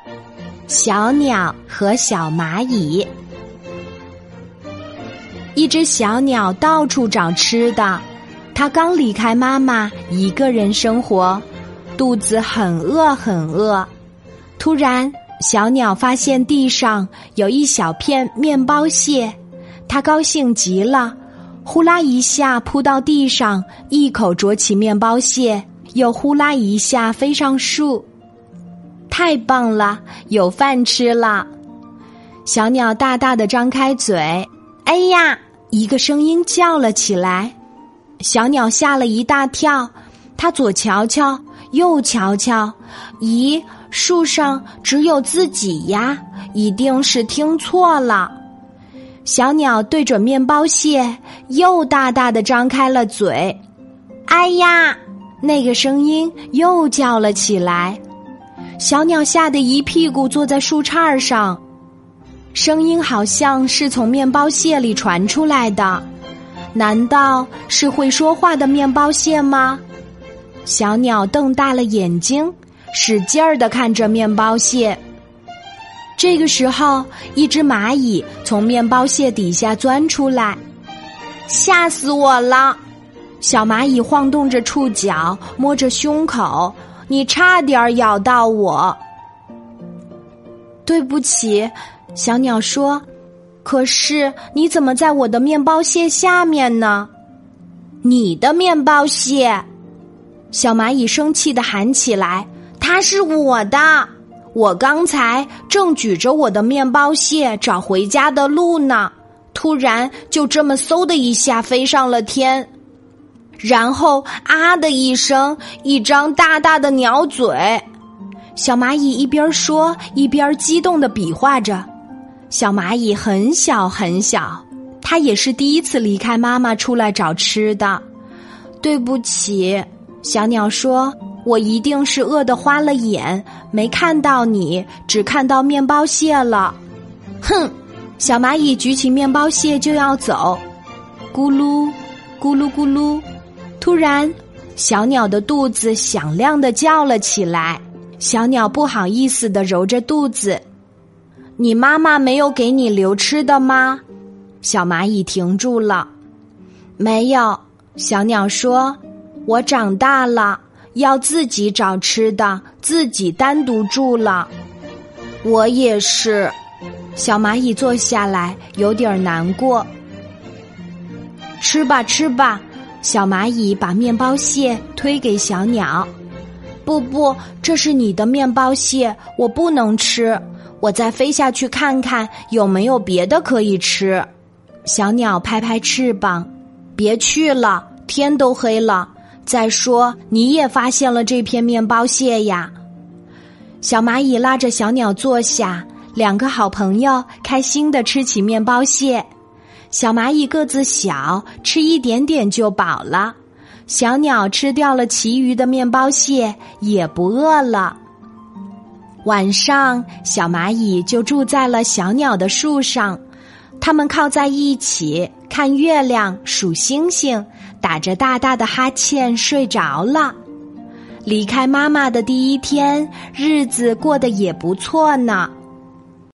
小鸟和小蚂蚁。一只小鸟到处找吃的，它刚离开妈妈，一个人生活，肚子很饿很饿。突然，小鸟发现地上有一小片面包屑，它高兴极了，呼啦一下扑到地上，一口啄起面包屑，又呼啦一下飞上树。太棒了，有饭吃了！小鸟大大的张开嘴，哎呀！一个声音叫了起来。小鸟吓了一大跳，它左瞧瞧，右瞧瞧，咦，树上只有自己呀，一定是听错了。小鸟对准面包屑，又大大的张开了嘴。哎呀！那个声音又叫了起来。小鸟吓得一屁股坐在树杈上，声音好像是从面包屑里传出来的，难道是会说话的面包屑吗？小鸟瞪大了眼睛，使劲儿地看着面包屑。这个时候，一只蚂蚁从面包屑底下钻出来，吓死我了！小蚂蚁晃动着触角，摸着胸口，你差点咬到我。对不起，小鸟说，可是你怎么在我的面包屑下面呢？你的面包屑！小蚂蚁生气地喊起来，它是我的！我刚才正举着我的面包屑找回家的路呢，突然就这么嗖的一下飞上了天，然后啊的一声，一张大大的鸟嘴。小蚂蚁一边说一边激动地比划着。小蚂蚁很小很小，它也是第一次离开妈妈出来找吃的。对不起，小鸟说，我一定是饿得花了眼，没看到你，只看到面包屑了。哼！小蚂蚁举起面包屑就要走，咕噜咕噜咕噜。突然，小鸟的肚子响亮地叫了起来。小鸟不好意思地揉着肚子，你妈妈没有给你留吃的吗？小蚂蚁停住了。没有，小鸟说，我长大了，要自己找吃的，自己单独住了。我也是。小蚂蚁坐下来，有点难过。吃吧吃吧，小蚂蚁把面包屑推给小鸟。不，这是你的面包屑，我不能吃，我再飞下去看看有没有别的可以吃。小鸟拍拍翅膀，别去了，天都黑了，再说你也发现了这片面包屑呀。小蚂蚁拉着小鸟坐下，两个好朋友开心地吃起面包屑。小蚂蚁个子小，吃一点点就饱了。小鸟吃掉了其余的面包屑，也不饿了。晚上，小蚂蚁就住在了小鸟的树上，它们靠在一起，看月亮，数星星，打着大大的哈欠睡着了。离开妈妈的第一天，日子过得也不错呢。